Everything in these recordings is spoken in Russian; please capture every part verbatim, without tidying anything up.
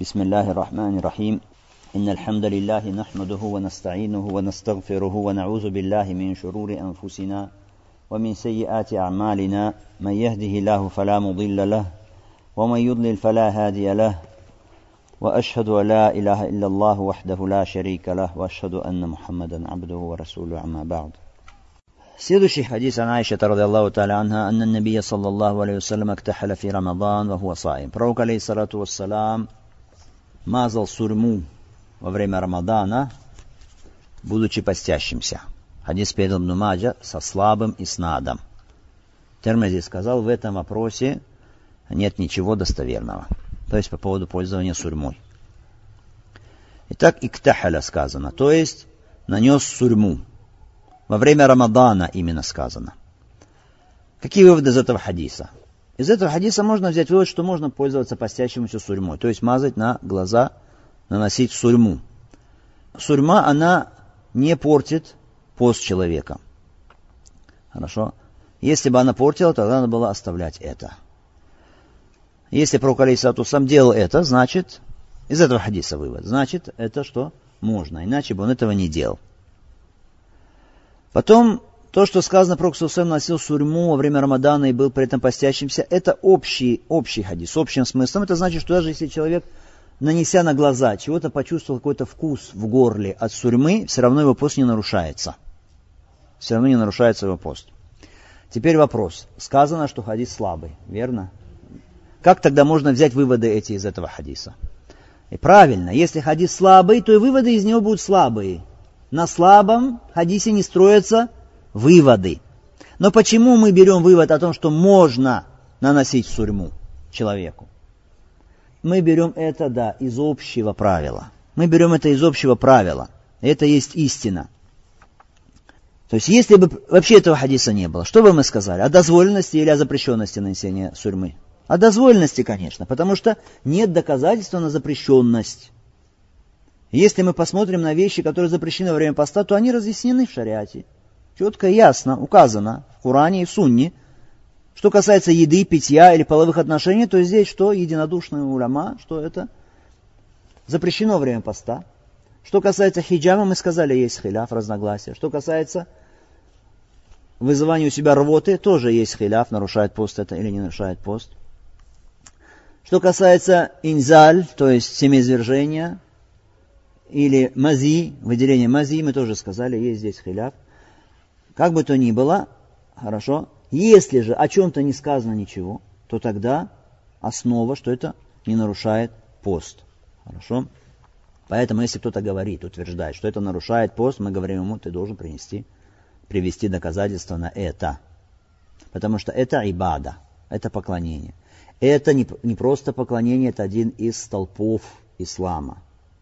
بسم الله الرحمن الرحيم إن الحمد لله نحمده ونستعينه ونستغفره ونعوذ بالله من شرور أنفسنا ومن سيئات أعمالنا من يهده الله فلا مضل له ومن يضلل فلا هادي له وأشهد أن لا إله إلا الله وحده لا شريك له وأشهد أن محمدا عبده ورسوله أما بعد. Следующий хадис عن عائشة رضي الله تعالى عنها أن النبي صلى الله عليه وسلم اكتحل في رمضان وهو صائم. Пророк алейхиссалату вассалам мазал сурьму во время Рамадана, будучи постящимся. Хадис передал Ибн Маджа со слабым иснадом. Термизи сказал, в этом вопросе нет ничего достоверного. То есть по поводу пользования сурьмой. Итак, иктахаля сказано, то есть нанес сурьму. Во время Рамадана именно сказано. Какие выводы из этого хадиса? Из этого хадиса можно взять вывод, что можно пользоваться постящимся сурьмой, то есть мазать на глаза, наносить сурьму. Сурьма, она не портит пост человека. Хорошо? Если бы она портила, тогда надо было оставлять это. Если пророк алейхиссалату вассалам делал это, значит, из этого хадиса вывод, значит, это что? Можно, иначе бы он этого не делал. Потом, то, что сказано, пророк саллаллаху алейхи ва саллям носил сурьму во время Рамадана и был при этом постящимся, это общий, общий хадис, с общим смыслом. Это значит, что даже если человек, нанеся на глаза, чего-то почувствовал какой-то вкус в горле от сурьмы, все равно его пост не нарушается. Все равно не нарушается его пост. Теперь вопрос. Сказано, что хадис слабый, верно? Как тогда можно взять выводы эти из этого хадиса? И правильно, если хадис слабый, то и выводы из него будут слабые. На слабом хадисе не строятся выводы. Но почему мы берем вывод о том, что можно наносить сурьму человеку? Мы берем это, да, из общего правила. Мы берем это из общего правила. Это есть истина. То есть, если бы вообще этого хадиса не было, что бы мы сказали? О дозволенности или о запрещенности нанесения сурьмы? О дозволенности, конечно, потому что нет доказательства на запрещенность. Если мы посмотрим на вещи, которые запрещены во время поста, то они разъяснены в шариате. Четко и ясно указано в Коране и в Сунне. Что касается еды, питья или половых отношений, то здесь что? Единодушные уляма, что это запрещено во время поста. Что касается хиджама, мы сказали, есть хиляф, разногласия. Что касается вызывания у себя рвоты, тоже есть хиляф, нарушает пост это или не нарушает пост. Что касается инзаль, то есть семяизвержения, или мази, выделение мази, мы тоже сказали, есть здесь хиляф. Как бы то ни было, хорошо, если же о чем-то не сказано ничего, то тогда основа, что это не нарушает пост. Хорошо? Поэтому, если кто-то говорит, утверждает, что это нарушает пост, мы говорим ему, ты должен принести, привести доказательства на это. Потому что это ибада, это поклонение. Это не, не просто поклонение, это один из столпов ислама.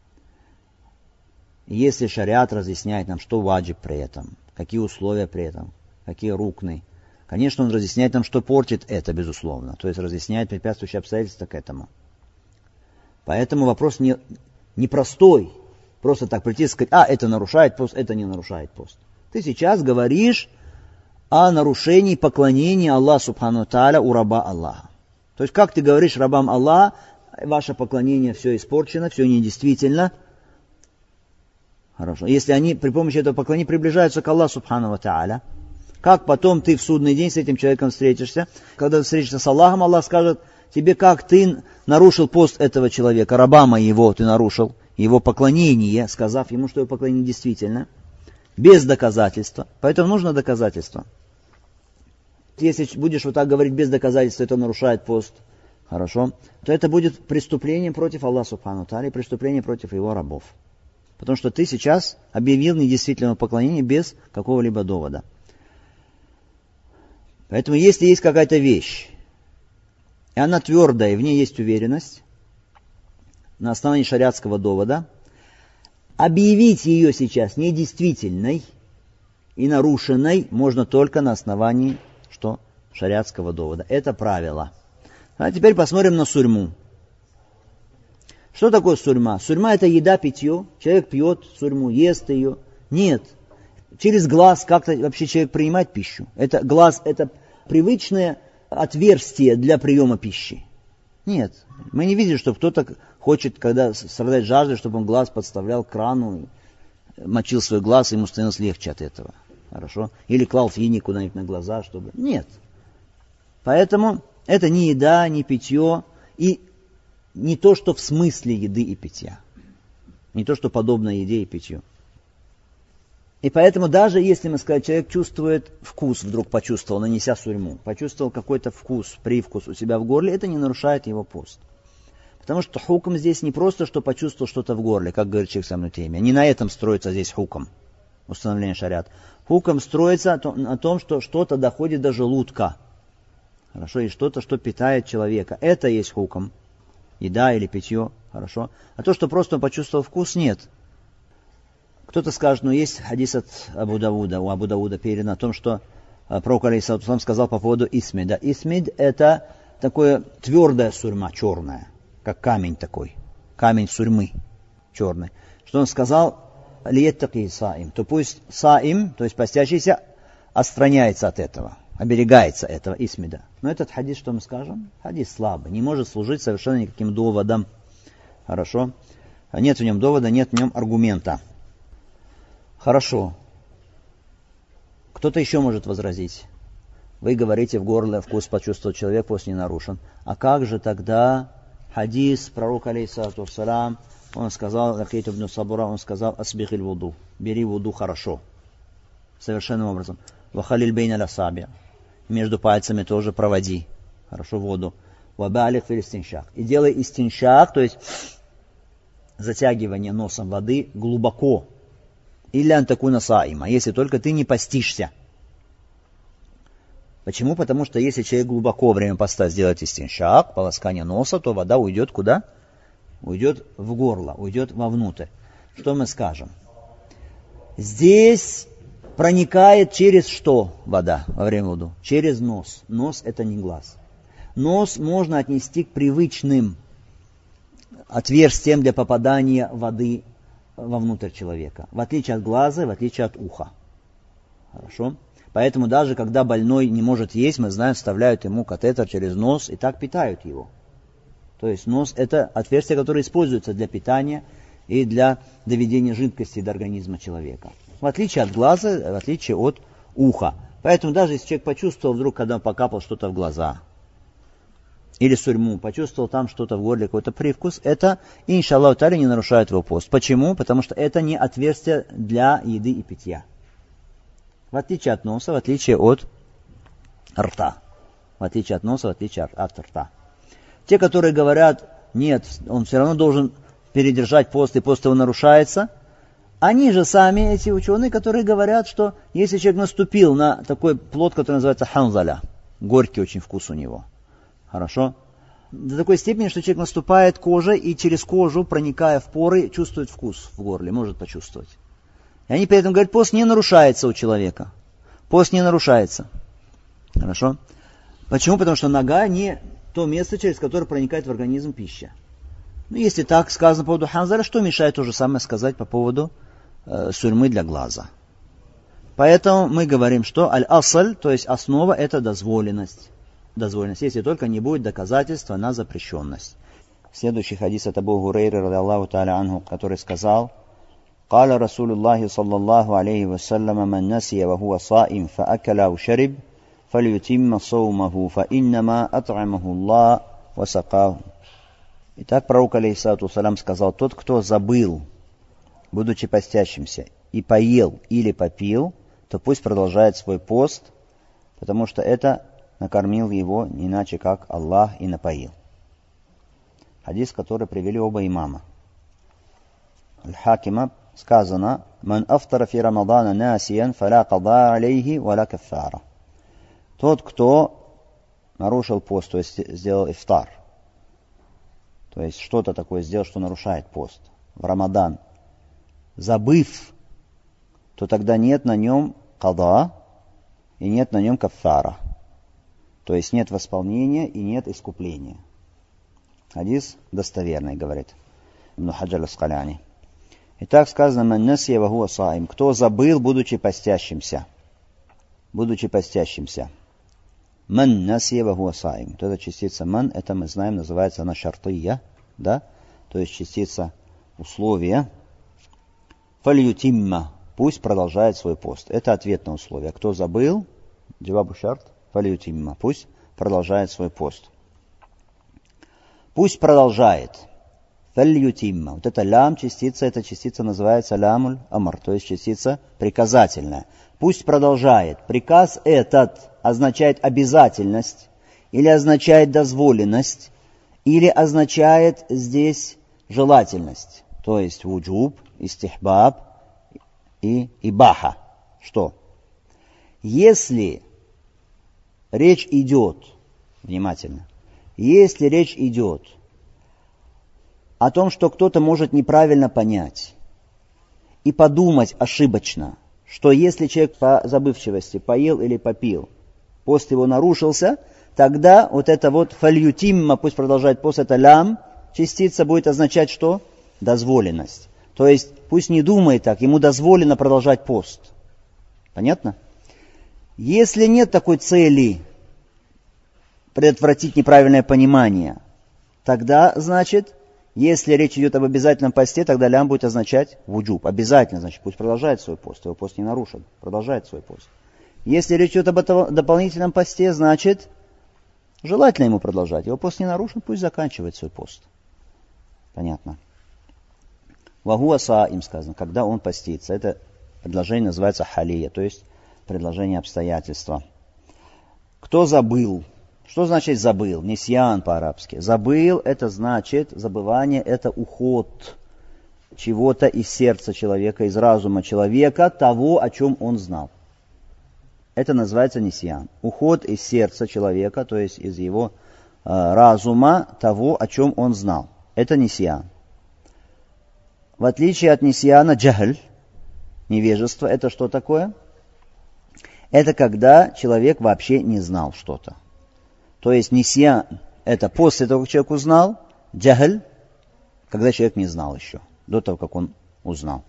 Если шариат разъясняет нам, что ваджиб при этом, какие условия при этом, какие рукны, конечно, он разъясняет нам, что портит это, безусловно. То есть разъясняет препятствующие обстоятельства к этому. Поэтому вопрос не, не простой. Просто так прийти и сказать, а, это нарушает пост, это не нарушает пост. Ты сейчас говоришь о нарушении поклонения Аллаху Субхану Тааля у раба Аллаха. То есть как ты говоришь рабам Аллаха, ваше поклонение все испорчено, все недействительно. Хорошо. Если они при помощи этого поклонения приближаются к Аллаху Субхану Тааля, как потом ты в судный день с этим человеком встретишься? Когда ты встретишься с Аллахом, Аллах скажет тебе, как ты нарушил пост этого человека, раба моего ты нарушил, его поклонение, сказав ему, что его поклонение действительно, без доказательства. Поэтому нужно доказательство. Если будешь вот так говорить без доказательства, это нарушает пост, хорошо, то это будет преступлением против Аллаха Субхану Тааля, преступлением против его рабов. Потому что ты сейчас объявил недействительное поклонение без какого-либо довода. Поэтому если есть какая-то вещь, и она твердая, и в ней есть уверенность, на основании шариатского довода, объявить ее сейчас недействительной и нарушенной можно только на основании что? Шариатского довода. Это правило. А теперь посмотрим на сурьму. Что такое сурьма? Сурьма это еда, питье. Человек пьет сурьму, ест ее. Нет. Через глаз как-то вообще человек принимает пищу. Это глаз это привычное отверстие для приема пищи. Нет. Мы не видим, что кто-то хочет, когда страдает жаждой, чтобы он глаз подставлял к крану, мочил свой глаз, и ему становилось легче от этого. Хорошо? Или клал финик куда-нибудь на глаза, чтобы... Нет. Поэтому это не еда, не питье, и не то, что в смысле еды и питья. Не то, что подобно еде и питью. И поэтому даже если мы сказать, человек чувствует вкус, вдруг почувствовал, нанеся сурьму, почувствовал какой-то вкус, привкус у себя в горле, это не нарушает его пост. Потому что хукм здесь не просто, что почувствовал что-то в горле, как говорит шейх Ислам ибн Теймия. Не на этом строится здесь хукм, установление шариат. Хукм строится на том, что что-то доходит до желудка. Хорошо, и что-то, что питает человека. Это есть хукм. Еда или питье. Хорошо. А то, что просто он почувствовал вкус, нет. Кто-то скажет, ну есть хадис от Абу Давуда, у Абу Давуда передано о том, что пророк алейхиссалату вассалам сказал по поводу исмида. Исмид это такое твердая сурьма, черная, как камень такой, камень сурьмы черный. Что он сказал, лиеттаки саим, то пусть саим, то есть постящийся, отстраняется от этого, оберегается этого исмида. Но этот хадис, что мы скажем, хадис слабый, не может служить совершенно никаким доводом. Хорошо? Нет в нем довода, нет в нем аргумента. Хорошо. Кто-то еще может возразить. Вы говорите, в горле вкус почувствовал человек, пост не нарушен. А как же тогда хадис пророка алейхиссалату вассалам, он сказал, Лакейт ибн Сабура, он сказал, асбихиль вуду, бери вуду хорошо, совершенным образом. Вахалиль бейна ласаби, между пальцами тоже проводи, хорошо, воду. Вабалих фил истиншак. И делай истиншак, то есть затягивание носом воды глубоко. Или антакуна саима, если только ты не постишься. Почему? Потому что если человек глубоко во время поста сделает истиншак, полоскание носа, то вода уйдет куда? Уйдет в горло, уйдет вовнутрь. Что мы скажем? Здесь проникает через что вода во время вуду? Через нос. Нос это не глаз. Нос можно отнести к привычным отверстиям для попадания воды вовнутрь человека. В отличие от глаза, в отличие от уха. Хорошо? Поэтому даже когда больной не может есть, мы знаем, вставляют ему катетер через нос и так питают его. То есть нос это отверстие, которое используется для питания и для доведения жидкости до организма человека. В отличие от глаза, в отличие от уха. Поэтому даже если человек почувствовал вдруг, когда он покапал что-то в глаза, или сурьму, почувствовал там что-то в горле, какой-то привкус, это, иншаллаху та'аля, не нарушает его пост. Почему? Потому что это не отверстие для еды и питья. В отличие от носа, в отличие от рта. В отличие от носа, в отличие от, от рта. Те, которые говорят, нет, он все равно должен передержать пост, и пост его нарушается, они же сами, эти ученые, которые говорят, что если человек наступил на такой плод, который называется ханзаля, горький очень вкус у него, хорошо? До такой степени, что человек наступает кожей и через кожу, проникая в поры, чувствует вкус в горле, может почувствовать. И они при этом говорят, пост не нарушается у человека. Пост не нарушается. Хорошо? Почему? Потому что нога не то место, через которое проникает в организм пища. Ну, если так сказано по поводу ханзаля, что мешает то же самое сказать по поводу э, сурьмы для глаза? Поэтому мы говорим, что аль-асль, то есть основа, это дозволенность. Дозволенность, если только не будет доказательства на запрещенность. Следующий хадис от Абу Гурейры, радиаллаху та'аля анху, который сказал, قال رسول الله صلى الله عليه وسلم من نسي وهو صائم فأكل أو شرب فليتم صومه فإنما أطعمه الله وسقاه. Итак, пророк алейхиссалату вассалям сказал, тот, кто забыл, будучи постящимся, и поел или попил, то пусть продолжает свой пост, потому что это накормил его не иначе, как Аллах, и напоил. Хадис, который привели оба имама. Аль-Хакима сказано, «Ман афтара фи Рамадана насиян, фаля када алейхи, валя каффара». Тот, кто нарушил пост, то есть сделал ифтар, то есть что-то такое сделал, что нарушает пост в Рамадан, забыв, то тогда нет на нем када и нет на нем каффара. То есть нет восполнения и нет искупления. Хадис достоверный, говорит Ибн Хаджар аль-Аскаляни. Итак, сказано, «Ман насия ва хуа саим», кто забыл, будучи постящимся. Будучи постящимся. «Ман насия ва хуа саим». Вот эта частица «ман», это мы знаем, называется она шартия, да? то есть частица условия. Фальютимма, пусть продолжает свой пост. Это ответ на условие. Кто забыл, джавабу шарт, фальютимма, пусть продолжает свой пост. Пусть продолжает. Фальютимма. Вот это лям частица, эта частица называется лямуль амр, то есть частица приказательная. Пусть продолжает. Приказ этот означает обязательность, или означает дозволенность, или означает здесь желательность. То есть вуджуб, истихбаб и ибаха. Что? Если речь идет, внимательно, если речь идет о том, что кто-то может неправильно понять и подумать ошибочно, что если человек по забывчивости поел или попил, пост его нарушился, тогда вот это вот фальютимма, пусть продолжает пост, это лям, частица будет означать что? Дозволенность. То есть пусть не думает так, ему дозволено продолжать пост. Понятно? Если нет такой цели предотвратить неправильное понимание, тогда, значит, если речь идет об обязательном посте, тогда лям будет означать вуджуб. Обязательно, значит, пусть продолжает свой пост, его пост не нарушен, продолжает свой пост. Если речь идет об дополнительном посте, значит, желательно ему продолжать. Его пост не нарушен, пусть заканчивает свой пост. Понятно. Вагуа са им сказано, когда он постится. Это предложение называется халия, то есть предложение обстоятельства. Кто забыл? Что значит забыл? Нисьян по-арабски. Забыл, это значит, забывание, это уход чего-то из сердца человека, из разума человека, того, о чем он знал. Это называется нисьян. Уход из сердца человека, то есть из его э, разума, того, о чем он знал. Это нисьян. В отличие от нисьяна, джахль, невежество, это что такое? Это когда человек вообще не знал что-то. То есть нисьян, это после того, как человек узнал, джахль, когда человек не знал еще, до того, как он узнал.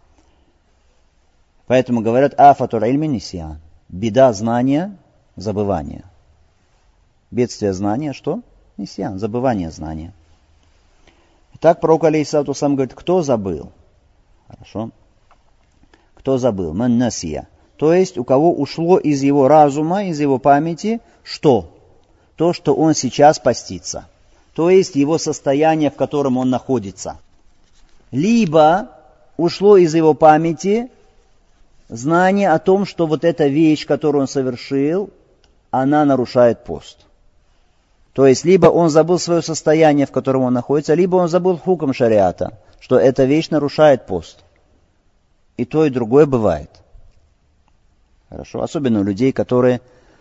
Поэтому говорят, афатур ильми нисьян. Беда знания, забывание. Бедствие знания, что? Нисьян, забывание знания. Итак, пророк алейхиссалату вассалам говорит, кто забыл? Хорошо. Кто забыл? Ман насия. То есть, у кого ушло из его разума, из его памяти, что? То, что он сейчас постится. То есть, его состояние, в котором он находится. Либо ушло из его памяти знание о том, что вот эта вещь, которую он совершил, она нарушает пост. То есть, либо он забыл свое состояние, в котором он находится, либо он забыл хукм шариата, что эта вещь нарушает пост. И то, и другое бывает. Хорошо? Особенно у людей, которые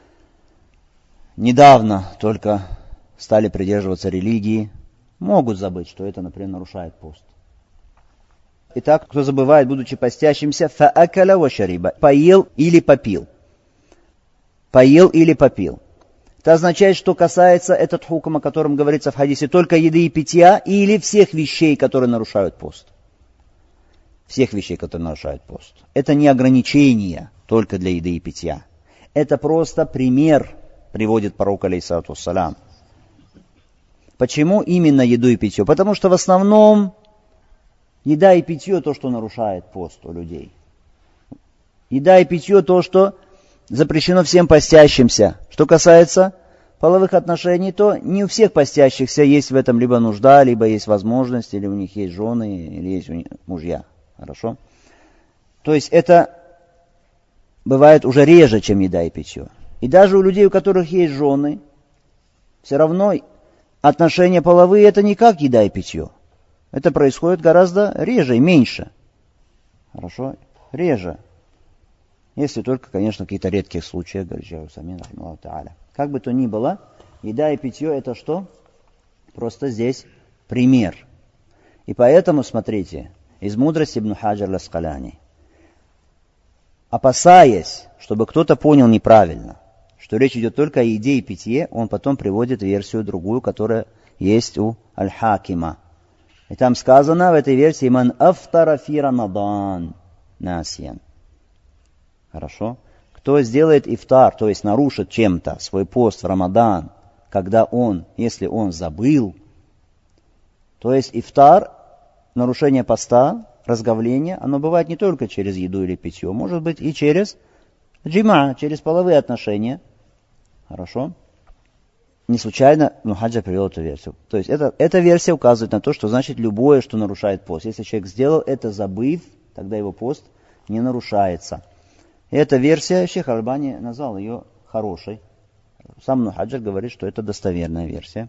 недавно только стали придерживаться религии, могут забыть, что это, например, нарушает пост. Итак, кто забывает, будучи постящимся, фаакаля ва шариба, поел или попил. Поел или попил. Это означает, что касается этот хукм, о котором говорится в хадисе, только еды и питья или всех вещей, которые нарушают пост. Всех вещей, которые нарушают пост. Это не ограничение только для еды и питья. Это просто пример, приводит пророк алейхиссалату вассалям. Почему именно еду и питье? Потому что в основном еда и питье то, что нарушает пост у людей. Еда и питье то, что запрещено всем постящимся. Что касается половых отношений, то не у всех постящихся есть в этом либо нужда, либо есть возможность, или у них есть жены, или есть у них мужья. Хорошо? То есть это бывает уже реже, чем еда и питье. И даже у людей, у которых есть жены, все равно отношения половые это не как еда и питье. Это происходит гораздо реже и меньше. Хорошо? Реже. Если только, конечно, какие-то редкие случаи, говорит Самин, рахималлаху тааля. Как бы то ни было, еда и питье это что? Просто здесь пример. И поэтому, смотрите, из мудрости Ибн Хаджар аль-Аскаляни, опасаясь, чтобы кто-то понял неправильно, что речь идет только о еде и питье, он потом приводит версию другую, которая есть у Аль-Хакима. И там сказано в этой версии «Ман афтара фи рамадан насьян». Хорошо? Кто сделает ифтар, то есть нарушит чем-то свой пост в Рамадан, когда он, если он забыл, То есть ифтар, нарушение поста, разговление, оно бывает не только через еду или питье, может быть и через джима, через половые отношения. Хорошо? Не случайно Мухаджа привел эту версию. То есть это, эта версия указывает на то, что значит любое, что нарушает пост. Если человек сделал это, забыв, тогда его пост не нарушается. И эта версия, Шейх Аль-Альбани назвал ее хорошей. Сам Мухаджа говорит, что это достоверная версия.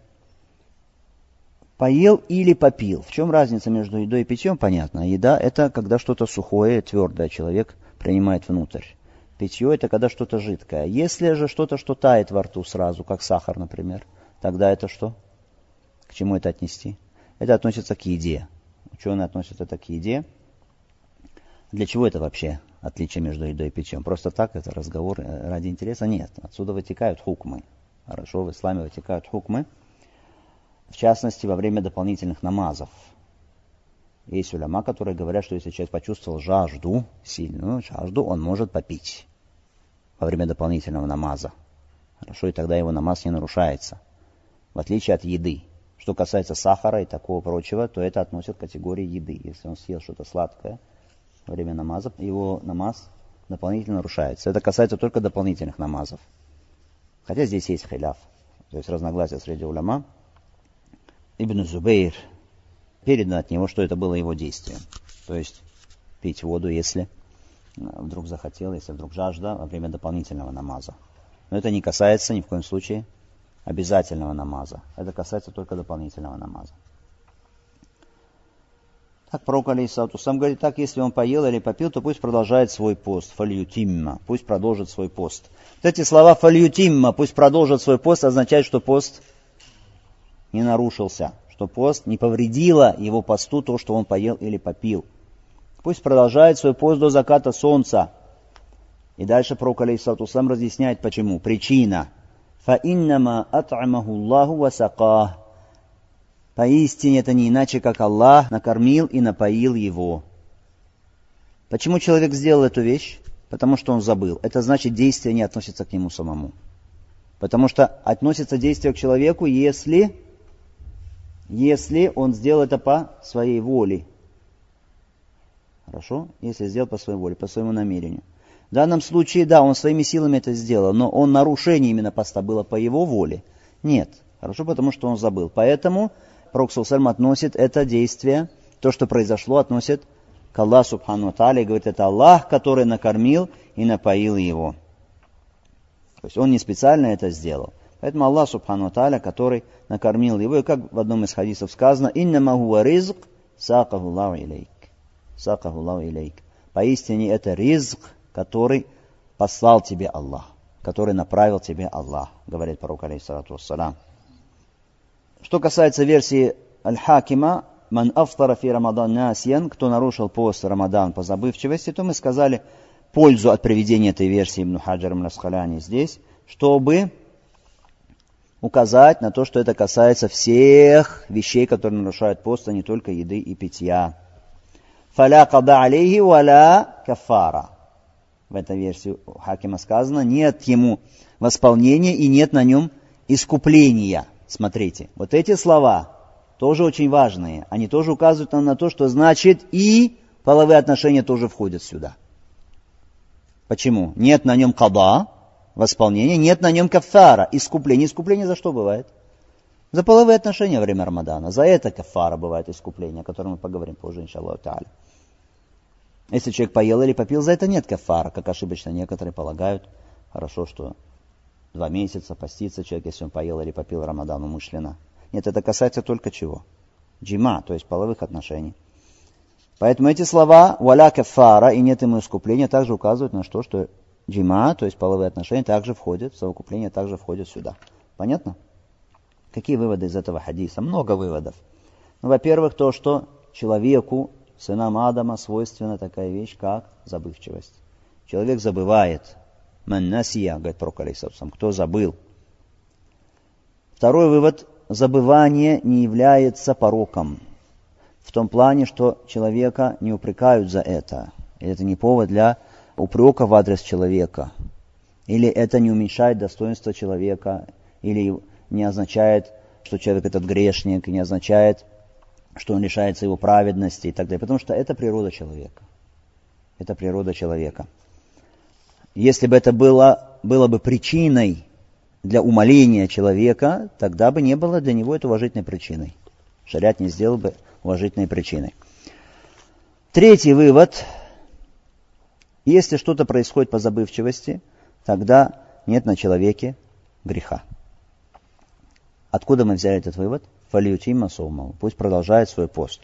Поел или попил. В чем разница между едой и питьем? Понятно. Еда – это когда что-то сухое, твердое человек принимает внутрь. Питье – это когда что-то жидкое. Если же что-то, что тает во рту сразу, как сахар, например, тогда это что? К чему это отнести? Это относится к еде. Ученые относят это к еде. Для чего это вообще отличие между едой и питьем? Просто так это разговор ради интереса? Нет. Отсюда вытекают хукмы. Хорошо, в исламе вытекают хукмы. В частности, во время дополнительных намазов. Есть уляма, которые говорят, что если человек почувствовал жажду, сильную жажду, он может попить во время дополнительного намаза. Хорошо, и тогда его намаз не нарушается. В отличие от еды. Что касается сахара и такого прочего, то это относят к категории еды. Если он съел что-то сладкое во время намаза, его намаз дополнительно нарушается. Это касается только дополнительных намазов. Хотя здесь есть хиляф. То есть разногласия среди уляма. Ибн Зубейр, передано от него, что это было его действием. То есть пить воду, если вдруг захотел, если вдруг жажда во время дополнительного намаза. Но это не касается ни в коем случае обязательного намаза. Это касается только дополнительного намаза. Так пророк алейхиссалату вассалям говорит, так, если он поел или попил, то пусть продолжает свой пост. Фальютимма, пусть продолжит свой пост. Вот эти слова фальютимма, пусть продолжит свой пост, означает, что пост не нарушился, что пост не повредило его посту то, что он поел или попил. Пусть продолжает свой пост до заката солнца. И дальше пророк алейхиссалату вассалям разъясняет, почему. Причина. فَإِنَّمَا أَطْعَمَهُ اللَّهُ وَسَقَاهُ. Поистине это не иначе, как Аллах накормил и напоил его. Почему человек сделал эту вещь? Потому что он забыл. Это значит, действие не относится к нему самому. Потому что относится действие к человеку, если... Если он сделал это по своей воле. Хорошо? Если сделал по своей воле, по своему намерению. В данном случае, да, он своими силами это сделал, но он нарушение именно поста было по его воле. Нет. Хорошо, потому что он забыл. Поэтому пророк саллаллаху алейхи ва саллям относит это действие, то, что произошло, относит к Аллаху субхану ва тааля и говорит, это Аллах, который накормил и напоил его. То есть он не специально это сделал. Поэтому Аллах субхану ва тааля, который накормил его, и как в одном из хадисов сказано, «Иннама хуа ризк, сакаху Аллаху илейк». Сакаху Аллаху илейк. Поистине это ризк, который послал тебе Аллах, который направил тебе Аллах, говорит пророк алейхиссалату вассалям. Что касается версии Аль-Хакима, «Ман афтара фи Рамадан насьян», кто нарушил пост Рамадан по забывчивости, то мы сказали пользу от приведения этой версии Ибн Хаджаром аль-Асқаляни здесь, чтобы указать на то, что это касается всех вещей, которые нарушают пост, а не только еды и питья. «Фаля када алейхи валя кафара». В этой версии у Хакима сказано, нет ему восполнения и нет на нем искупления. Смотрите, вот эти слова тоже очень важные. Они тоже указывают нам на то, что значит и половые отношения тоже входят сюда. Почему? Нет на нем када, восполнения, нет на нем кафара, искупление. Искупление за что бывает? За половые отношения во время Рамадана. За это кафара бывает искупление, о котором мы поговорим позже, иншаллаху тааля. Если человек поел или попил, за это нет кафара, как ошибочно некоторые полагают. Хорошо, что два месяца постится человек, если он поел или попил Рамадан умышленно. Нет, это касается только чего? Джима, то есть половых отношений. Поэтому эти слова «валя кафара» и «нет ему искупления» также указывают на что, что джима, то есть половые отношения, также входят, совокупление также входит сюда. Понятно? Какие выводы из этого хадиса? Много выводов. Ну, во-первых, то, что человеку, сынам Адама, свойственна такая вещь, как забывчивость. Человек забывает. «Ман насия», говорит пророк алейхиссалату вассалям, кто забыл. Второй вывод. Забывание не является пороком. В том плане, что человека не упрекают за это. И это не повод для упрека в адрес человека. Или это не уменьшает достоинство человека. Или не означает, что человек этот грешник. Не означает, что он лишается его праведности и так далее. Потому что это природа человека. Это природа человека. Если бы это было, было бы причиной для умаления человека, тогда бы не было для него это уважительной причиной. Шариат не сделал бы уважительной причиной. Третий вывод. Если что-то происходит по забывчивости, тогда нет на человеке греха. Откуда мы взяли этот вывод? Фалиютимма саумаху. Пусть продолжает свой пост.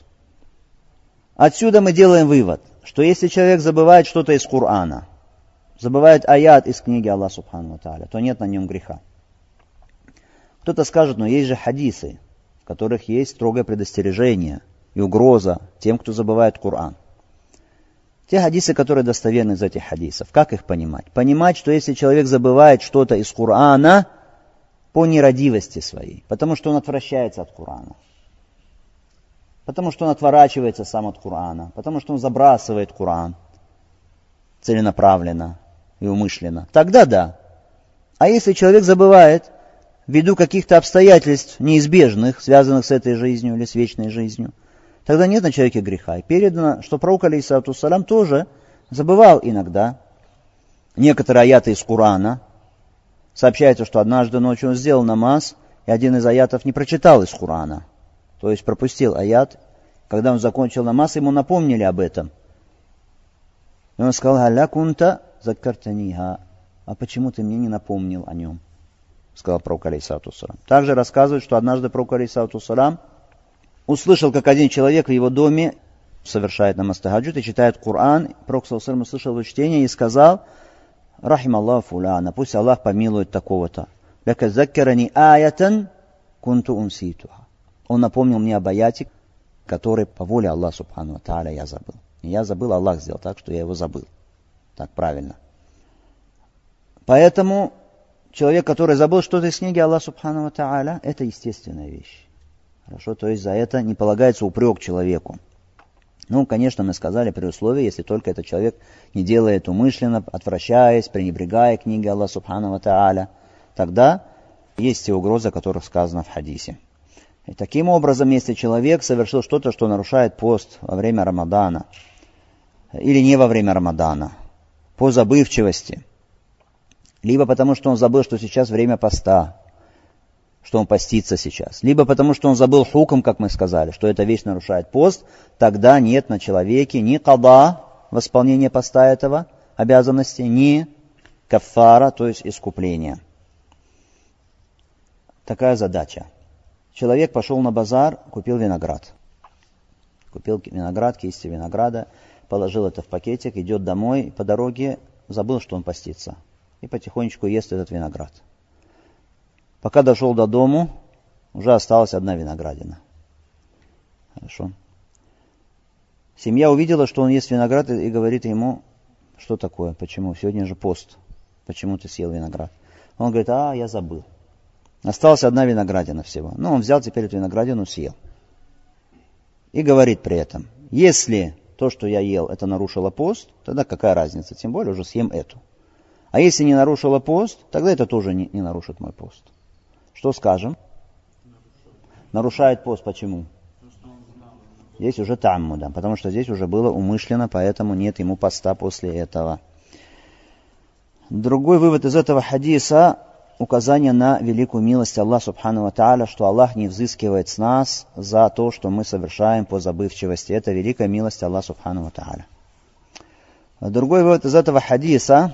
Отсюда мы делаем вывод, что если человек забывает что-то из Корана, забывает аят из книги Аллаха Субхану ва Тааля, то нет на нем греха. Кто-то скажет, но есть же хадисы, в которых есть строгое предостережение и угроза тем, кто забывает Коран. Те хадисы, которые достоверны из этих хадисов, как их понимать? Понимать, что если человек забывает что-то из Корана по нерадивости своей, потому что он отвращается от Корана, потому что он отворачивается сам от Корана, потому что он забрасывает Коран целенаправленно и умышленно, тогда да. А если человек забывает ввиду каких-то обстоятельств неизбежных, связанных с этой жизнью или с вечной жизнью, тогда нет на человеке греха. И передано, что пророк, алейхиссалату вассалям, тоже забывал иногда некоторые аяты из Корана. Сообщается, что однажды ночью он сделал намаз, и один из аятов не прочитал из Корана. То есть пропустил аят. Когда он закончил намаз, ему напомнили об этом. И он сказал: «Галля кунта заккартаниха». А почему ты мне не напомнил о нем? Сказал пророк, алейхиссалату вассалям. Также рассказывают, что однажды пророк, алейхиссалату вассалям, услышал, как один человек в его доме совершает намаз тахаджуд и читает Коран. Пророк, саллаллаху алейхи ва саллям, услышал его чтение и сказал: «Рахим Аллах фуляна, пусть Аллах помилует такого-то. Ляка заккарани аятан кунту унситуха». Он напомнил мне об аяте, который по воле Аллаха Субхану ва Тааля я забыл. И я забыл, Аллах сделал так, что я его забыл. Так правильно. Поэтому человек, который забыл что-то из книги Аллаха Субхану ва Тааля, это естественная вещь. Хорошо, то есть за это не полагается упрек человеку. Ну, конечно, мы сказали при условии, если только этот человек не делает умышленно, отвращаясь, пренебрегая книги Аллаха Субхану ва Тааля, тогда есть те угрозы, о которых сказано в хадисе. И таким образом, если человек совершил что-то, что нарушает пост во время Рамадана, или не во время Рамадана, по забывчивости, либо потому, что он забыл, что сейчас время поста, что он постится сейчас, либо потому, что он забыл хукм, как мы сказали, что эта вещь нарушает пост, тогда нет на человеке ни када, восполнения поста этого, обязанности, ни каффара, то есть искупления. Такая задача. Человек пошел на базар, купил виноград. Купил виноград, кисти винограда, положил это в пакетик, идет домой, по дороге забыл, что он постится. И потихонечку ест этот виноград. Пока дошел до дому, уже осталась одна виноградина. Хорошо. Семья увидела, что он ест виноград, и говорит ему: что такое, почему? Сегодня же пост. Почему ты съел виноград? Он говорит: а, я забыл. Осталась одна виноградина всего. Ну, он взял теперь эту виноградину, съел. И говорит при этом: если то, что я ел, это нарушило пост, тогда какая разница? Тем более уже съем эту. А если не нарушило пост, тогда это тоже не, не нарушит мой пост. Что скажем? Нарушает пост. Почему? Здесь уже таммуда, потому что здесь уже было умышленно, поэтому нет ему поста после этого. Другой вывод из этого хадиса — указание на великую милость Аллаха Субхану ва Тааля, что Аллах не взыскивает с нас за то, что мы совершаем по забывчивости. Это великая милость Аллаха Субхану ва Тааля. Другой вывод из этого хадиса: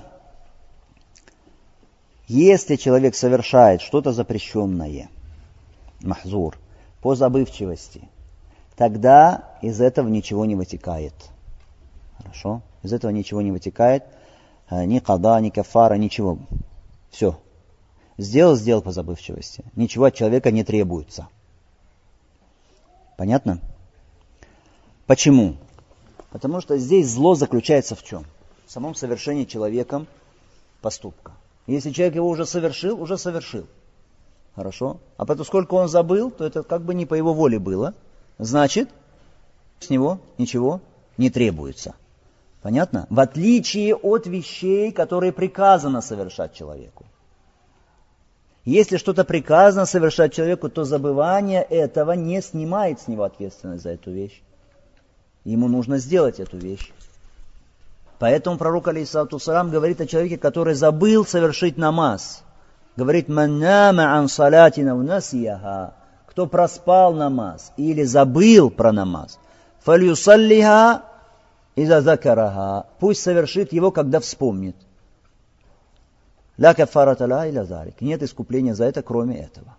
если человек совершает что-то запрещенное, махзур, по забывчивости, тогда из этого ничего не вытекает. Хорошо? Из этого ничего не вытекает. Ни када, ни кафара, ничего. Все. Сделал, сделал по забывчивости. Ничего от человека не требуется. Понятно? Почему? Потому что здесь зло заключается в чем? В самом совершении человеком поступка. Если человек его уже совершил, уже совершил. Хорошо? А поскольку он забыл, то это как бы не по его воле было. Значит, с него ничего не требуется. Понятно? В отличие от вещей, которые приказано совершать человеку. Если что-то приказано совершать человеку, то забывание этого не снимает с него ответственность за эту вещь. Ему нужно сделать эту вещь. Поэтому пророк, алейхиссалату вассалям, говорит о человеке, который забыл совершить намаз. Говорит, «Ман нама ан салатина ва насияха». Кто проспал намаз или забыл про намаз, «Фальюсаллиха иза закараха». Пусть совершит его, когда вспомнит. «Ля каффарата ла иля залик». Нет искупления за это, кроме этого.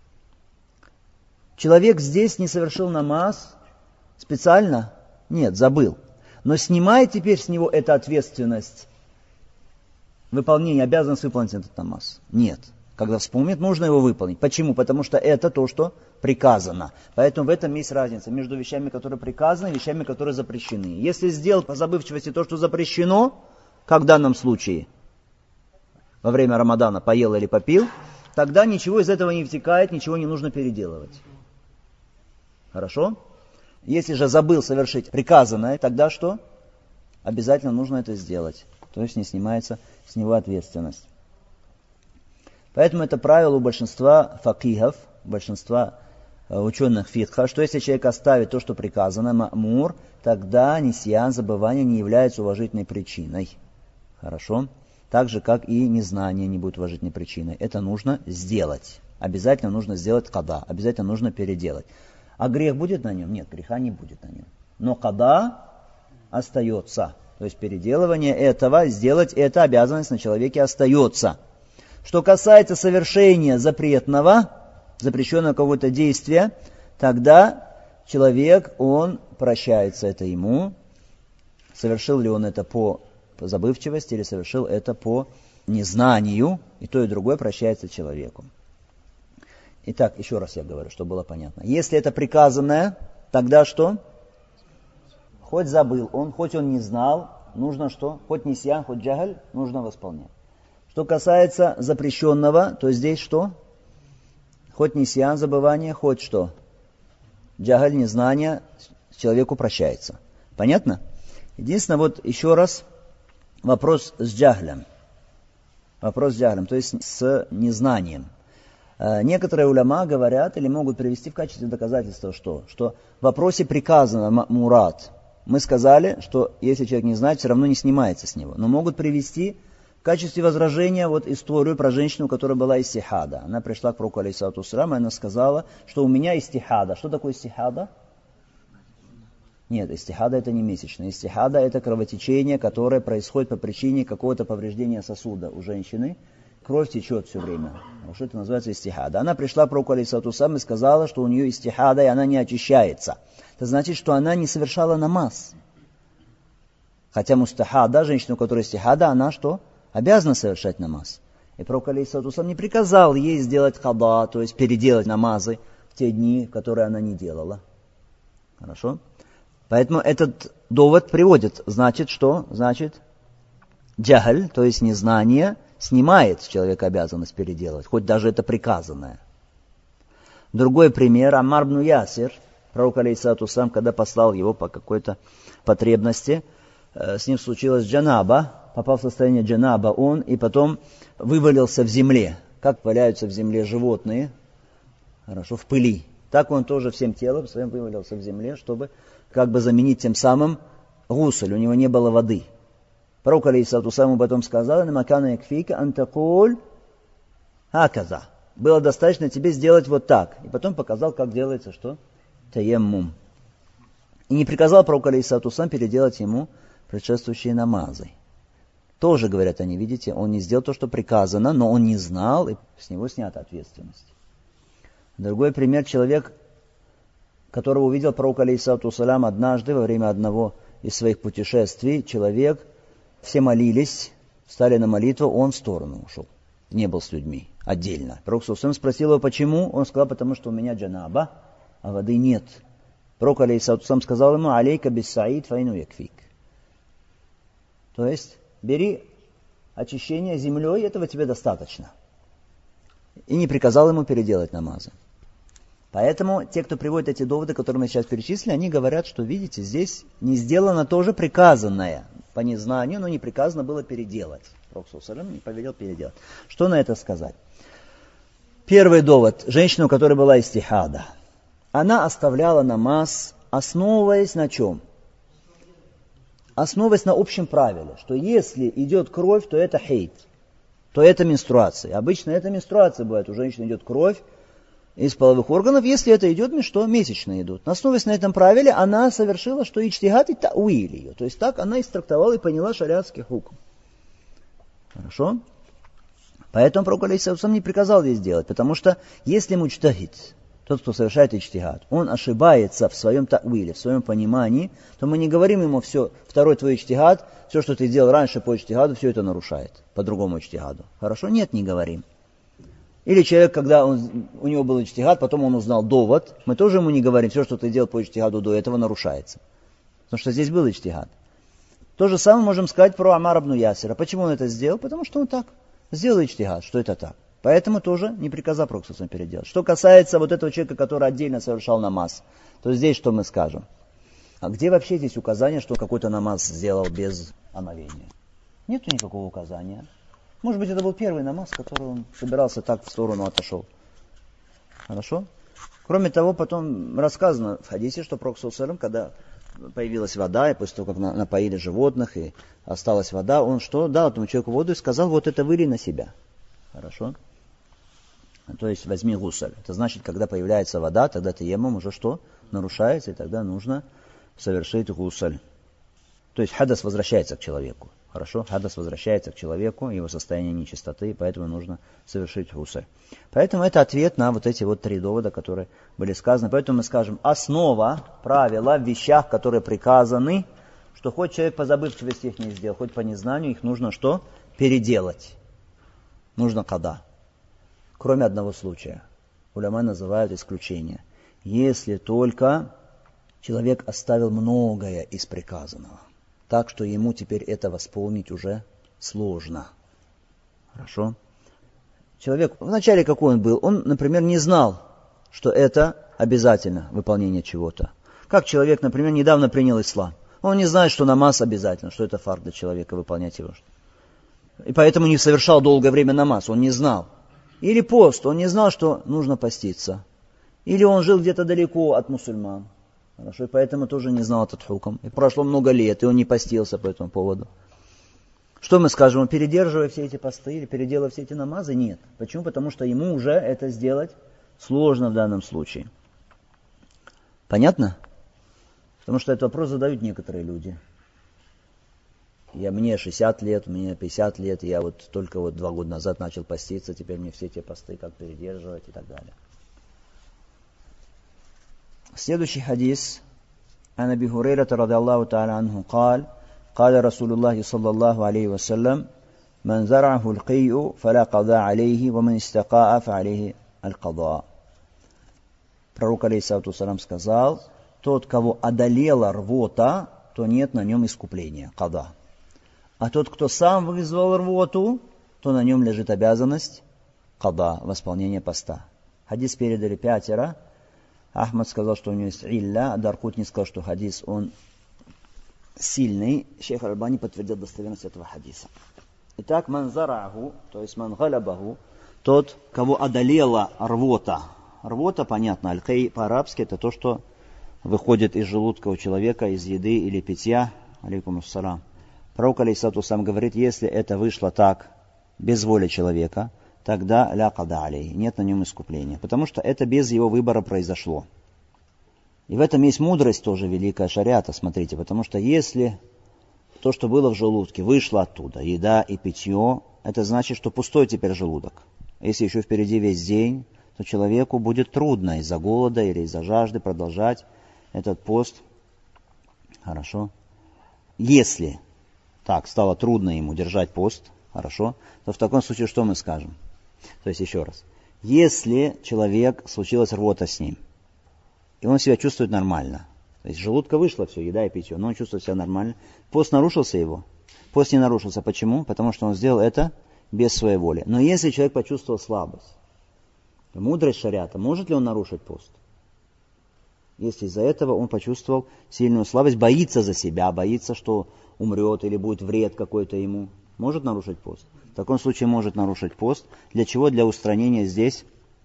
Человек здесь не совершил намаз специально? Нет, забыл. Но снимает теперь с него эта ответственность, выполнение, обязанность выполнить этот намаз? Нет. Когда вспомнит, нужно его выполнить. Почему? Потому что это то, что приказано. Поэтому в этом есть разница между вещами, которые приказаны, и вещами, которые запрещены. Если сделал по забывчивости то, что запрещено, как в данном случае, во время Рамадана поел или попил, тогда ничего из этого не втекает, ничего не нужно переделывать. Хорошо? Если же забыл совершить приказанное, тогда что? Обязательно нужно это сделать. То есть не снимается с него ответственность. Поэтому это правило у большинства факихов, большинства ученых фикха, что если человек оставит то, что приказано, ма'мур, тогда нисьян, забывание, не является уважительной причиной. Хорошо? Так же, как и незнание не будет уважительной причиной. Это нужно сделать. Обязательно нужно сделать када, обязательно нужно переделать. А грех будет на нем? Нет, греха не будет на нем. Но када остается. То есть переделывание этого, сделать это, обязанность на человеке остается. Что касается совершения запретного, запрещенного какого-то действия, тогда человек, он прощается это ему. Совершил ли он это по, по забывчивости или совершил это по незнанию, и то и другое прощается человеку. Итак, еще раз я говорю, чтобы было понятно. Если это приказанное, тогда что? Хоть забыл он, хоть он не знал, нужно что? Хоть нисьян, хоть джагаль, нужно восполнять. Что касается запрещенного, то здесь что? Хоть нисьян, забывание, хоть что? Джагаль, незнание, человеку прощается. Понятно? Единственное, вот еще раз вопрос с джаглем. Вопрос с джаглем, то есть с незнанием. Некоторые уляма говорят или могут привести в качестве доказательства, что? Что в вопросе приказано мурат. Мы сказали, что если человек не знает, все равно не снимается с него. Но могут привести в качестве возражения вот историю про женщину, которая была истихада. Она пришла к пророку, алейхиссалату вассалям, и она сказала, что у меня истихада. Что такое истихада? Нет, истихада это не месячная. Истихада это кровотечение, которое происходит по причине какого-то повреждения сосуда у женщины. Кровь течет все время. Что это называется истихада. Она пришла к пророку, алейхиссалату вассалям, и сказала, что у нее истихада, и она не очищается. Это значит, что она не совершала намаз. Хотя мустахада, женщина, у которой истихада, она что? Обязана совершать намаз. И пророк, алейхиссалату вассалям, не приказал ей сделать хада, то есть переделать намазы в те дни, которые она не делала. Хорошо? Поэтому этот довод приводит. Значит, что? Значит, джагаль, то есть незнание, снимает с человека обязанность переделывать, хоть даже это приказанное. Другой пример. Аммар бн Ясир, пророк, алейхиссалату вассалям, когда послал его по какой-то потребности, с ним случилось джанаба, попал в состояние джанаба он, и потом вывалился в земле. Как валяются в земле животные, хорошо, в пыли. Так он тоже всем телом своим вывалился в земле, чтобы как бы заменить тем самым гусль, у него не было воды. Пророк, алейхиссалату вассалям, потом сказал, «Намакана якфика антакуль хаказа». Было достаточно тебе сделать вот так. И потом показал, как делается что? Таяммум. И не приказал пророку, алейхиссалату вассалям, переделать ему предшествующие намазы. Тоже, говорят они, видите, он не сделал то, что приказано, но он не знал, и с него снята ответственность. Другой пример. Человек, которого увидел пророк, алейхиссалату вассалям, однажды во время одного из своих путешествий, человек, все молились, встали на молитву, он в сторону ушел. Не был с людьми, отдельно. Пророк ﷺ спросил его, почему? Он сказал, потому что у меня джанаба, а воды нет. Пророк, алейхиссалату вассалям, сказал ему, алейка бис саид файну якфик. То есть, бери очищение землей, этого тебе достаточно. И не приказал ему переделать намазы. Поэтому те, кто приводит эти доводы, которые мы сейчас перечислили, они говорят, что, видите, здесь не сделано тоже приказанное по незнанию, но не приказано было переделать. Пророк ﷺ не повелел переделать. Что на это сказать? Первый довод. Женщина, у которой была истихада. Она оставляла намаз, основываясь на чем? Основываясь на общем правиле, что если идет кровь, то это хейт, то это менструация. Обычно это менструация бывает, у женщины идет кровь из половых органов, если это идет, что месячные идут. Основываясь на этом правиле, она совершила, что ичтихад и тауиль ее. То есть так она истрактовала и поняла шариатский хукм. Хорошо? Поэтому пророк алейхиссалям не приказал здесь делать, потому что если муджтахид, тот, кто совершает ичтихад, он ошибается в своем тауиле, в своем понимании, то мы не говорим ему: все, второй твой ичтихад, все, что ты делал раньше по ичтихаду, все это нарушает, по другому ичтихаду. Хорошо? Нет, не говорим. Или человек, когда он, у него был ичтихад, потом он узнал довод, мы тоже ему не говорим: все, что ты делал по ичтихаду до этого, нарушается. Потому что здесь был ичтихад. То же самое можем сказать про Амар ибн Ясира. Почему он это сделал? Потому что он так сделал ичтихад, что это так. Поэтому тоже не приказал пророк саллаллаху алейхи ва саллям переделать. Что касается вот этого человека, который отдельно совершал намаз, то здесь что мы скажем? А где вообще здесь указание, что какой-то намаз сделал без омовения? Нету никакого указания. Может быть, это был первый намаз, который он собирался так в сторону отошел. Хорошо? Кроме того, потом рассказано в хадисе, что пророк саллаллаху алейхи ва саллям, когда появилась вода, и после того, как напоили животных, и осталась вода, он что? Дал этому человеку воду и сказал: вот это вылей на себя. Хорошо? То есть возьми гусаль. Это значит, когда появляется вода, тогда таяммум уже что? Нарушается, и тогда нужно совершить гусаль. То есть хадас возвращается к человеку. Хорошо? Хадас возвращается к человеку, его состояние нечистоты, поэтому нужно совершить гусаль. Поэтому это ответ на вот эти вот три довода, которые были сказаны. Поэтому мы скажем: основа, правила в вещах, которые приказаны, что хоть человек по забывчивости их не сделал, хоть по незнанию, их нужно что? Переделать. Нужно када. Кроме одного случая. Уляма называют исключение. Если только человек оставил многое из приказанного, так что ему теперь это восполнить уже сложно. Хорошо? Человек, вначале какой он был? Он, например, не знал, что это обязательно выполнение чего-то. Как человек, например, недавно принял ислам. Он не знает, что намаз обязательно, что это фард для человека выполнять его. И поэтому не совершал долгое время намаз, он не знал. Или пост, он не знал, что нужно поститься. Или он жил где-то далеко от мусульман. Хорошо, и поэтому тоже не знал этот хукм. И прошло много лет, и он не постился по этому поводу. Что мы скажем, передерживая все эти посты или переделывая все эти намазы? Нет. Почему? Потому что ему уже это сделать сложно в данном случае. Понятно? Потому что этот вопрос задают некоторые люди. Я, мне шестьдесят лет, мне пятьдесят лет, я вот только вот два года назад начал поститься, теперь мне все эти посты как передерживать и так далее. Следующий хадис. عن أبي هريرة رضي الله تعالى عنه قال قال رسول الله صلى الله عليه وسلم من زرعه القيء فلا قضاء عليه ومن استقاء فعليه القضاء. Пророк алейхиссалату вассалям сказал: тот, кого одолела рвота, то нет на нем искупления, када. А тот, кто сам вызвал рвоту, то на нем лежит обязанность када, восполнение поста. Хадис передали пятеро. Ахмад сказал, что у него есть илля, а Даркутни сказал, что хадис он сильный. Шейх Аль-Альбани подтвердил достоверность этого хадиса. Итак, ман зараху, то есть ман галабаху, тот, кого одолела рвота. Рвота, понятно, аль-кей по-арабски, это то, что выходит из желудка у человека, из еды или питья. Алейкум ассалам. Пророк алейхиссалату вассалям говорит, если это вышло так, без воли человека, тогда ля када алей, нет на нем искупления, потому что это без его выбора произошло. И в этом есть мудрость тоже великая шариата, смотрите, потому что если то, что было в желудке, вышло оттуда, еда и питье, это значит, что пустой теперь желудок. Если еще впереди весь день, то человеку будет трудно из-за голода или из-за жажды продолжать этот пост. Хорошо. Если так стало трудно ему держать пост, хорошо, то в таком случае что мы скажем? То есть еще раз. Если человек, случилась рвота с ним, и он себя чувствует нормально, то есть из желудка вышло все, еда и питье, но он чувствует себя нормально, пост нарушился его? Пост не нарушился. Почему? Потому что он сделал это без своей воли. Но если человек почувствовал слабость, то мудрость шариата, может ли он нарушить пост? Если из-за этого он почувствовал сильную слабость, боится за себя, боится, что умрет или будет вред какой-то ему, может нарушить пост? В таком случае может нарушить пост. Для чего? Для устранения здесь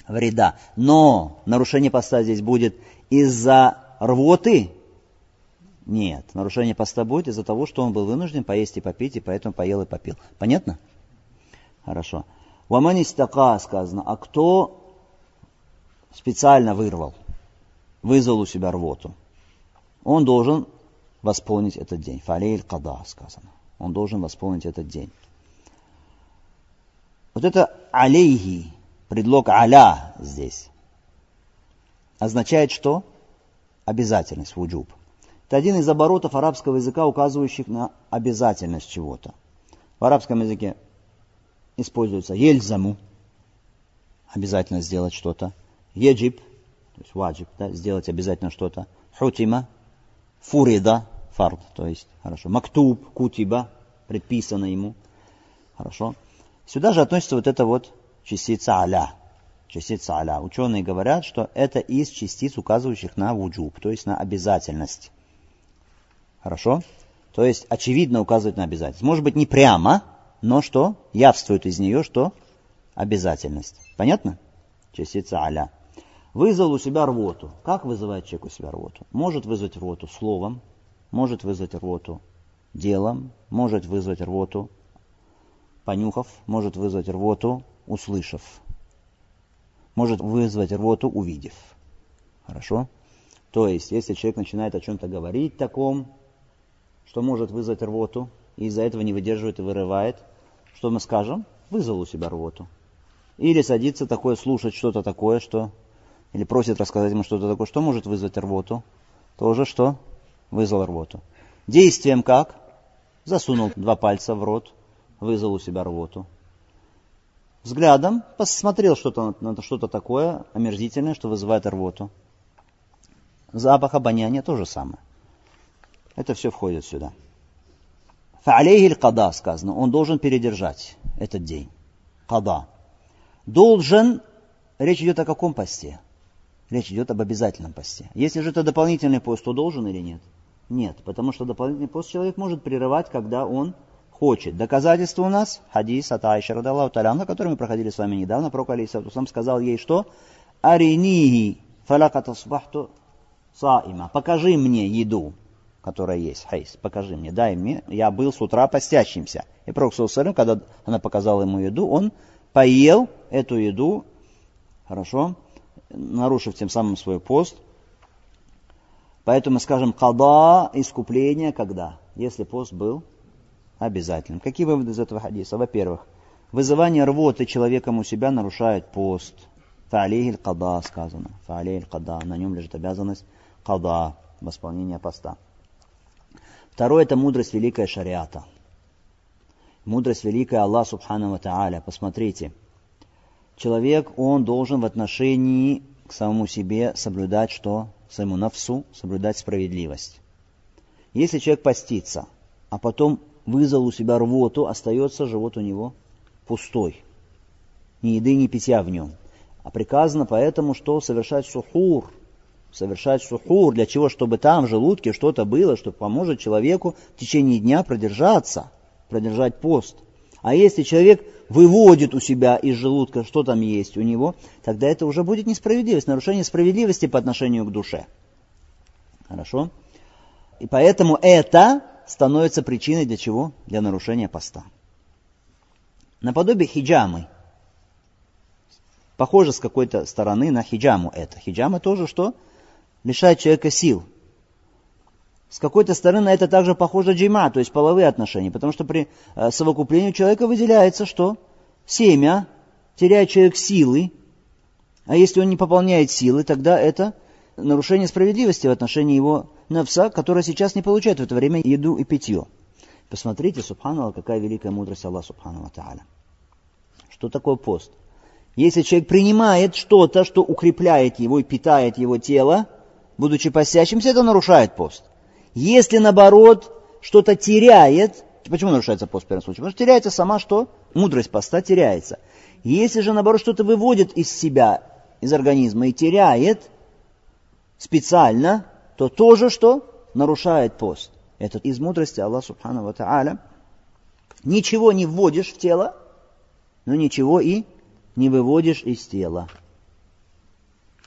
вреда. Но нарушение поста здесь будет из-за рвоты? Нет, нарушение поста будет из-за того, что он был вынужден поесть и попить, и поэтому поел и попил. Понятно? Хорошо. Ваман истака сказано, а кто специально вырвал, вызвал у себя рвоту, он должен восполнить этот день. Фалейль када сказано. Он должен восполнить этот день. Вот это алейхи, предлог аля здесь, означает что? Обязательность, вуджуб. Это один из оборотов арабского языка, указывающих на обязательность чего-то. В арабском языке используется ельзаму, обязательно сделать что-то. Еджиб, то есть ваджиб, да, сделать обязательно что-то. Хутима, фурида, фард, то есть, хорошо. Мактуб, кутиба, предписано ему. Хорошо. Сюда же относится вот эта вот частица аля. Частица аля. Ученые говорят, что это из частиц, указывающих на вуджуб, то есть на обязательность. Хорошо? То есть, очевидно указывает на обязательность. Может быть, не прямо, но что? Явствует из нее, что? Обязательность. Понятно? Частица аля. Вызвал у себя рвоту. Как вызывает человек у себя рвоту? Может вызвать рвоту словом, может вызвать рвоту делом, может вызвать рвоту понюхав, может вызвать рвоту услышав, может вызвать рвоту увидев. Хорошо? То есть, если человек начинает о чем-то говорить таком, что может вызвать рвоту, и из-за этого не выдерживает и вырывает, что мы скажем? Вызвал у себя рвоту. Или садится такое слушать что-то такое, что... Или просит рассказать ему что-то такое, что может вызвать рвоту. Тоже что? Вызвал рвоту. Действием как? Засунул два пальца в рот, вызвал у себя рвоту. Взглядом посмотрел что-то, на что-то такое омерзительное, что вызывает рвоту. Запах, обоняние, то же самое. Это все входит сюда. Фа'алейхи л-када сказано, он должен передержать этот день. Када. Должен, речь идет о каком посте? Речь идет об обязательном посте. Если же это дополнительный пост, то должен или нет? Нет, потому что дополнительный пост человек может прерывать, когда он хочет. Доказательство у нас, хадис от Аиши радаллаху та'аля анха, который мы проходили с вами недавно, пророк алейхиссалату вассалям сказал ей, что «Аринихи фалакат асбахту саима». Покажи мне еду, которая есть, хайс, покажи мне, дай мне, я был с утра постящимся. И пророк саллаллаху алейхи ва саллям, когда она показала ему еду, он поел эту еду, хорошо, нарушив тем самым свой пост. Поэтому мы скажем када, искупление, когда? Если пост был обязательным. Какие выводы из этого хадиса? Во-первых, вызывание рвоты человеком у себя нарушает пост. Фа'алейхи л-када сказано. Фа'алейхи л-када. На нем лежит обязанность када, восполнения поста. Второе, это мудрость великая шариата. Мудрость великая Аллах субхану ва та'аля. Посмотрите. Человек, он должен в отношении к самому себе соблюдать что? Своему нафсу, соблюдать справедливость. Если человек постится, а потом вызвал у себя рвоту, остается живот у него пустой. Ни еды, ни питья в нем. А приказано поэтому, что совершать сухур. Совершать сухур. Для чего? Чтобы там в желудке что-то было, что поможет человеку в течение дня продержаться, продержать пост. А если человек выводит у себя из желудка, что там есть у него, тогда это уже будет несправедливость, нарушение справедливости по отношению к душе. Хорошо? И поэтому это становится причиной для чего? Для нарушения поста. Наподобие хиджамы. Похоже с какой-то стороны на хиджаму это. Хиджама тоже что? Лишает человека сил. С какой-то стороны это также похоже джима, то есть половые отношения, потому что при э, совокуплении у человека выделяется что? Семя, теряет человек силы, а если он не пополняет силы, тогда это нарушение справедливости в отношении его нафса, который сейчас не получает в это время еду и питье. Посмотрите, субханаллах, какая великая мудрость Аллаха субхану ва та'аля. Что такое пост? Если человек принимает что-то, что укрепляет его и питает его тело, будучи постящимся, это нарушает пост. Если, наоборот, что-то теряет, почему нарушается пост в первом случае? Потому что теряется сама что? Мудрость поста теряется. Если же, наоборот, что-то выводит из себя, из организма и теряет специально, то тоже что? Нарушает пост. Это из мудрости Аллаха субхану ва та'аля. Ничего не вводишь в тело, но ничего и не выводишь из тела.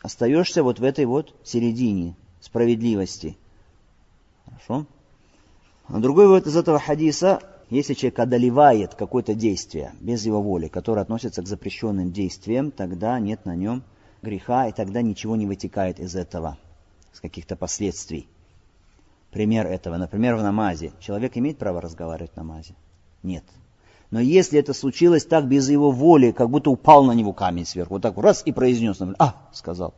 остаешься вот в этой вот середине справедливости. Хорошо? А другой вывод из этого хадиса, если человек одолевает какое-то действие без его воли, которое относится к запрещенным действиям, тогда нет на нем греха, и тогда ничего не вытекает из этого, из каких-то последствий. Пример этого, например, в намазе. Человек имеет право разговаривать в намазе? Нет. Но если это случилось так без его воли, как будто упал на него камень сверху, вот так раз и произнес, например, а, сказал.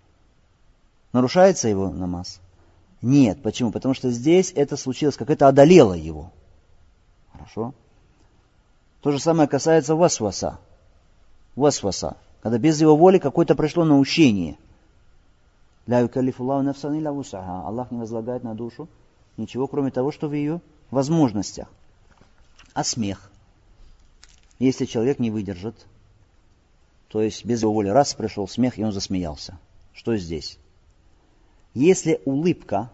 Нарушается его намаз? Нет. Почему? Потому что здесь это случилось, как это одолело его. Хорошо? То же самое касается васваса. Васваса. Когда без его воли какое-то пришло наущение. Ля юкаллифуллаху нафсан илля вус'аха. Аллах не возлагает на душу ничего, кроме того, что в ее возможностях. А смех? Если человек не выдержит, то есть без его воли раз пришел смех, и он засмеялся. Что здесь? Если улыбка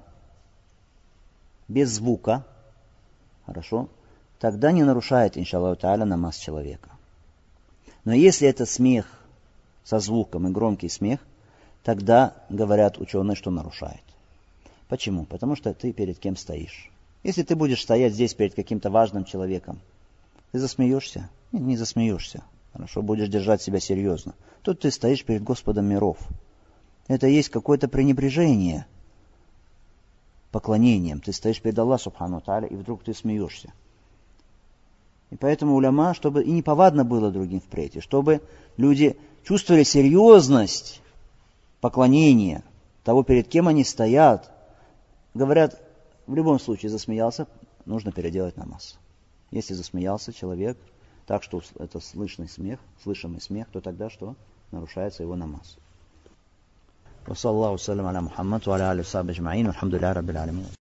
без звука, хорошо, тогда не нарушает, иншаллаху тааля, намаз человека. Но если это смех со звуком и громкий смех, тогда говорят ученые, что нарушает. Почему? Потому что ты перед кем стоишь. Если ты будешь стоять здесь перед каким-то важным человеком, ты засмеешься? Нет, не засмеешься. Хорошо, будешь держать себя серьезно. Тут ты стоишь перед Господом миров. Это есть какое-то пренебрежение поклонением. Ты стоишь перед Аллахом субхану тааля, и вдруг ты смеешься. И поэтому уляма, чтобы и неповадно было другим впредь, и чтобы люди чувствовали серьезность поклонения того, перед кем они стоят, говорят, в любом случае засмеялся, нужно переделать намаз. Если засмеялся человек так, что это слышный смех, слышимый смех, то тогда что? Нарушается его намаз. وصلى الله وسلم على محمد وعلى آله وصحبه أجمعين والحمد لله رب العالمين.